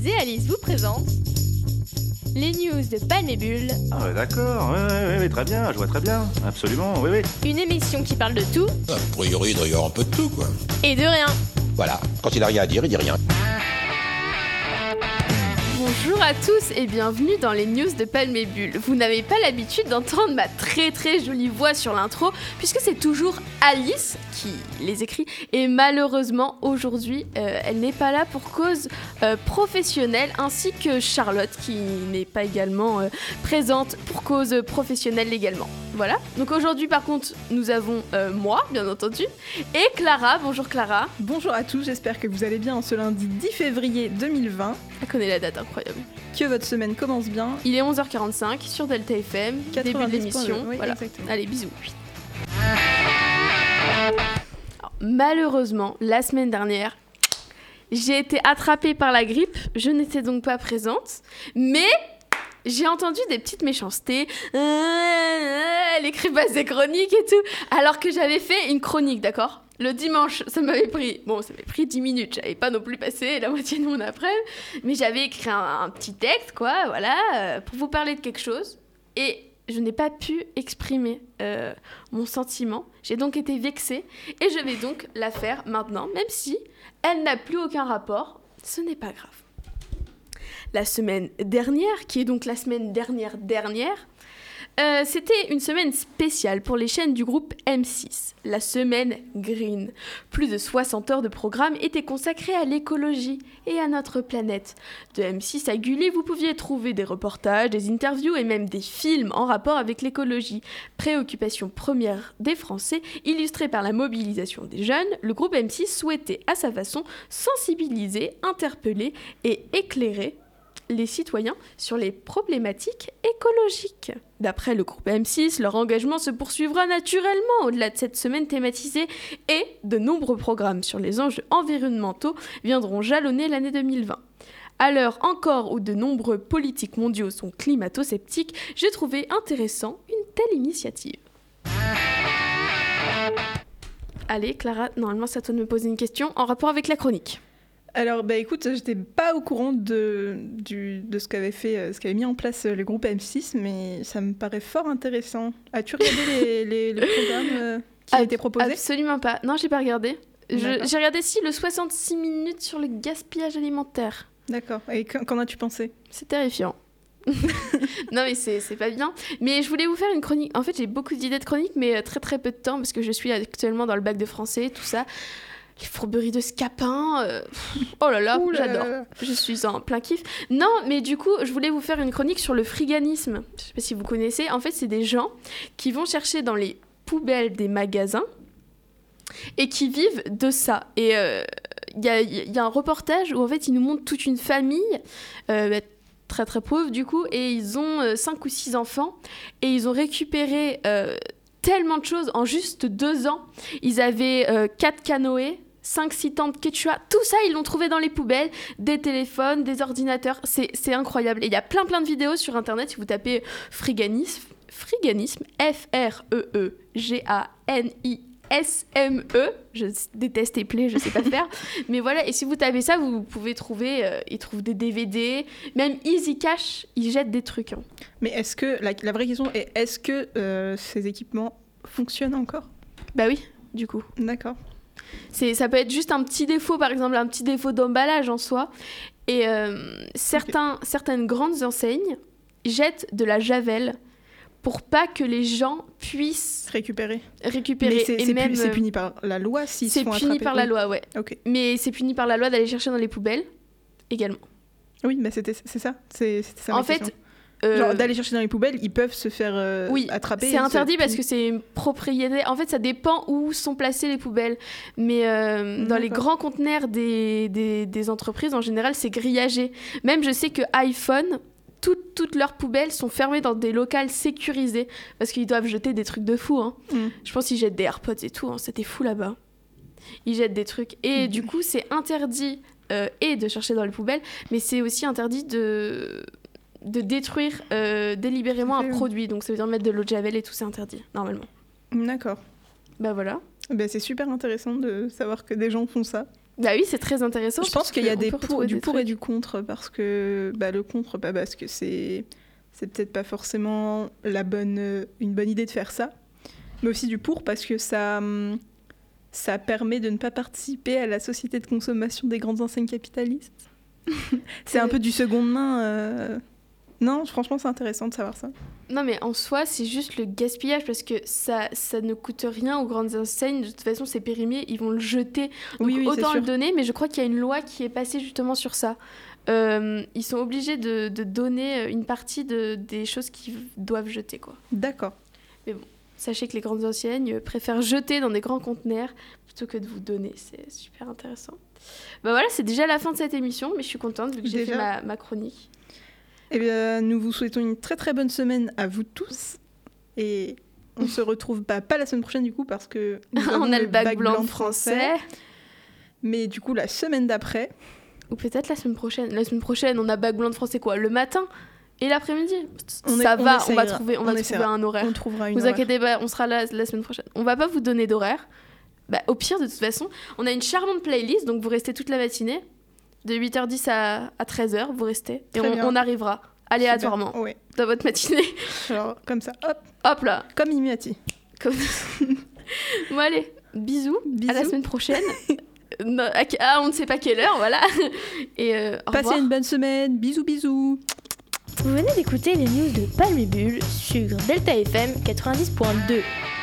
Anaïs et Alice vous présentent les news de Palme et Bulle. Ah ouais, d'accord, ouais, très bien, je vois très bien, absolument, oui. Une émission qui parle de tout. A priori, il doit y avoir un peu de tout, quoi. Et de rien. Voilà, quand il a rien à dire, il dit rien. Bonjour à tous et bienvenue dans les news de Palme et Bulle. Vous n'avez pas l'habitude d'entendre ma très jolie voix sur l'intro puisque c'est toujours Alice qui les écrit et malheureusement aujourd'hui elle n'est pas là pour cause professionnelle ainsi que Charlotte qui n'est pas également présente pour cause professionnelle également. Voilà, donc aujourd'hui par contre nous avons moi bien entendu et Clara. Bonjour Clara. Bonjour à tous, j'espère que vous allez bien en ce lundi 10 février 2020. Elle connaît la date, incroyable. Que votre semaine commence bien. Il est 11h45 sur Delta FM, début de l'émission. Oui, voilà. exactement. Allez, bisous. Alors, malheureusement, la semaine dernière, j'ai été attrapée par la grippe. Je n'étais donc pas présente, mais j'ai entendu des petites méchancetés. Elle écrit pas ses chroniques et tout, alors que j'avais fait une chronique, d'accord ? Le dimanche, ça m'avait pris 10 minutes. J'avais pas non plus passé la moitié de mon après-midi, mais j'avais écrit un petit texte, quoi, voilà, pour vous parler de quelque chose. Et je n'ai pas pu exprimer mon sentiment. J'ai donc été vexée et je vais donc la faire maintenant, même si elle n'a plus aucun rapport. Ce n'est pas grave. La semaine dernière, qui est donc la semaine dernière, c'était une semaine spéciale pour les chaînes du groupe M6, la semaine Green. Plus de 60 heures de programme étaient consacrées à l'écologie et à notre planète. De M6 à Gulli, vous pouviez trouver des reportages, des interviews et même des films en rapport avec l'écologie. Préoccupation première des Français, illustrée par la mobilisation des jeunes, le groupe M6 souhaitait à sa façon sensibiliser, interpeller et éclairer les citoyens sur les problématiques écologiques. D'après le groupe M6, leur engagement se poursuivra naturellement au-delà de cette semaine thématisée et de nombreux programmes sur les enjeux environnementaux viendront jalonner l'année 2020. À l'heure encore où de nombreux politiques mondiaux sont climato-sceptiques, j'ai trouvé intéressant une telle initiative. Allez, Clara, normalement c'est à toi de me poser une question en rapport avec la chronique. Alors, écoute, j'étais pas au courant de ce qu'avait mis en place le groupe M6, mais ça me paraît fort intéressant. As-tu regardé les programmes qui ont été proposés ? Absolument pas. Non, j'ai pas regardé. J'ai regardé le 66 minutes sur le gaspillage alimentaire. D'accord. Et qu'en as-tu pensé ? C'est terrifiant. Non mais c'est pas bien. Mais je voulais vous faire une chronique. En fait, j'ai beaucoup d'idées de chroniques, mais très peu de temps parce que je suis actuellement dans le bac de français, tout ça. Les fourberies de Scapin, oh là là, j'adore. Je suis en plein kiff. Non, mais du coup, je voulais vous faire une chronique sur le friganisme. Je sais pas si vous connaissez. En fait, c'est des gens qui vont chercher dans les poubelles des magasins et qui vivent de ça. Et il y a un reportage où en fait, ils nous montrent toute une famille très pauvre du coup, et ils ont 5 ou 6 enfants et ils ont récupéré tellement de choses en juste 2 ans. Ils avaient 4 canoës, 5-6 tentes quechua, tout ça ils l'ont trouvé dans les poubelles, des téléphones, des ordinateurs, c'est incroyable. Et il y a plein de vidéos sur internet, si vous tapez friganisme, F-R-E-E-G-A-N-I-S-M-E, je déteste les plaies, je sais pas faire, mais voilà, et si vous tapez ça, vous pouvez trouver, ils trouvent des DVD, même Easy Cash, ils jettent des trucs. Hein. Mais est-ce que, la vraie question est, est-ce que ces équipements fonctionnent encore ? Bah oui, du coup. D'accord. Ça peut être juste un petit défaut, par exemple, un petit défaut d'emballage en soi, et certaines grandes enseignes jettent de la javel pour pas que les gens puissent récupérer. Mais c'est puni par la loi s'ils se font attraper. C'est puni par la loi, ouais. Okay. Mais c'est puni par la loi d'aller chercher dans les poubelles également. Oui, mais c'est ça. C'est ça en ma question. Fait, genre d'aller chercher dans les poubelles, ils peuvent se faire attraper. C'est interdit parce que c'est une propriété. En fait, ça dépend où sont placées les poubelles. Mais dans les grands conteneurs des entreprises, en général, c'est grillagé. Même, je sais que iPhone, toutes leurs poubelles sont fermées dans des locales sécurisés parce qu'ils doivent jeter des trucs de fou. Hein. Je pense qu'ils jettent des AirPods et tout. Hein. C'était fou là-bas. Ils jettent des trucs. Et du coup, c'est interdit et de chercher dans les poubelles, mais c'est aussi interdit de détruire délibérément un produit. Donc ça veut dire mettre de l'eau de javel et tout, c'est interdit, normalement. D'accord. Bah voilà. C'est super intéressant de savoir que des gens font ça. Bah oui, c'est très intéressant. Je pense qu'il y a qu'on peut retrouver du des pour et trucs. du contre, parce que le contre, parce que c'est peut-être pas forcément une bonne idée de faire ça, mais aussi du pour parce que ça permet de ne pas participer à la société de consommation des grandes enseignes capitalistes. C'est un peu du seconde main. Non, franchement, c'est intéressant de savoir ça. Non, mais en soi, c'est juste le gaspillage parce que ça ne coûte rien aux grandes enseignes. De toute façon, c'est périmé, ils vont le jeter. Donc Oui, c'est autant sûr. le donner, mais je crois qu'il y a une loi qui est passée justement sur ça. Ils sont obligés de donner une partie des choses qu'ils doivent jeter, quoi. D'accord. Sachez que les grandes enseignes préfèrent jeter dans des grands conteneurs plutôt que de vous donner. C'est super intéressant. Bah voilà, c'est déjà la fin de cette émission, mais je suis contente vu que j'ai fait ma chronique. Eh bien, nous vous souhaitons une très très bonne semaine à vous tous. Et on se retrouve pas la semaine prochaine du coup parce que nous avons On a le bac blanc de français. Mais du coup, la semaine d'après. Ou peut-être la semaine prochaine. La semaine prochaine, on a bac blanc de français quoi ? Le matin et l'après-midi. On va trouver un horaire. On trouvera une Vous horaire. inquiétez pas, on sera là la semaine prochaine. On va pas vous donner d'horaire. Bah, au pire, de toute façon, on a une charmante playlist, donc vous restez toute la matinée. De 8h10 à 13h, vous restez. Et on arrivera aléatoirement Ouais. dans votre matinée. Alors, comme ça, hop, Hop là. comme Imiati. Comme... Bon allez, bisous. À la semaine prochaine. Non, on ne sait pas quelle heure, voilà. Et au Passez revoir. une bonne semaine. Bisous, bisous. Vous venez d'écouter les news de Palme et Bulle sur Delta FM 90.2.